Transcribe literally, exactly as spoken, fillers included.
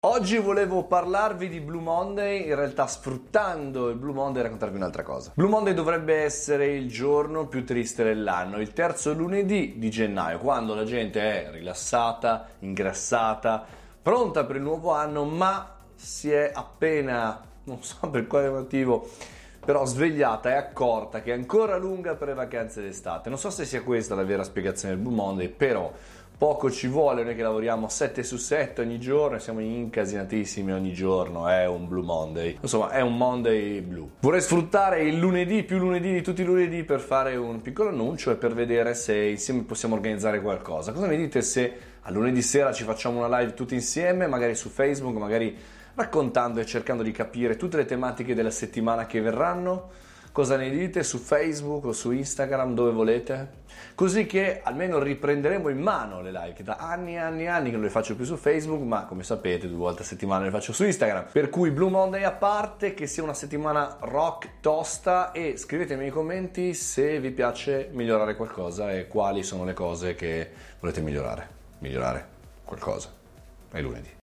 Oggi volevo parlarvi di Blue Monday, in realtà sfruttando il Blue Monday raccontarvi un'altra cosa. Blue Monday dovrebbe essere il giorno più triste dell'anno, il terzo lunedì di gennaio, quando la gente è rilassata, ingrassata, pronta per il nuovo anno, ma si è appena, non so per quale motivo, però svegliata e accorta che è ancora lunga per le vacanze d'estate. Non so se sia questa la vera spiegazione del Blue Monday, però poco ci vuole, noi che lavoriamo sette su sette ogni giorno e siamo incasinatissimi ogni giorno, è un Blue Monday, insomma è un Monday blu. Vorrei sfruttare il lunedì più lunedì di tutti i lunedì per fare un piccolo annuncio e per vedere se insieme possiamo organizzare qualcosa. Cosa ne dite se a lunedì sera ci facciamo una live tutti insieme, magari su Facebook, magari raccontando e cercando di capire tutte le tematiche della settimana che verranno? Cosa ne dite su Facebook o su Instagram, dove volete? Così che almeno riprenderemo in mano le live, che da anni e anni e anni che non le faccio più su Facebook, ma come sapete due volte a settimana le faccio su Instagram. Per cui Blue Monday a parte, che sia una settimana rock tosta, e scrivetemi nei commenti se vi piace migliorare qualcosa e quali sono le cose che volete migliorare. Migliorare qualcosa. È lunedì.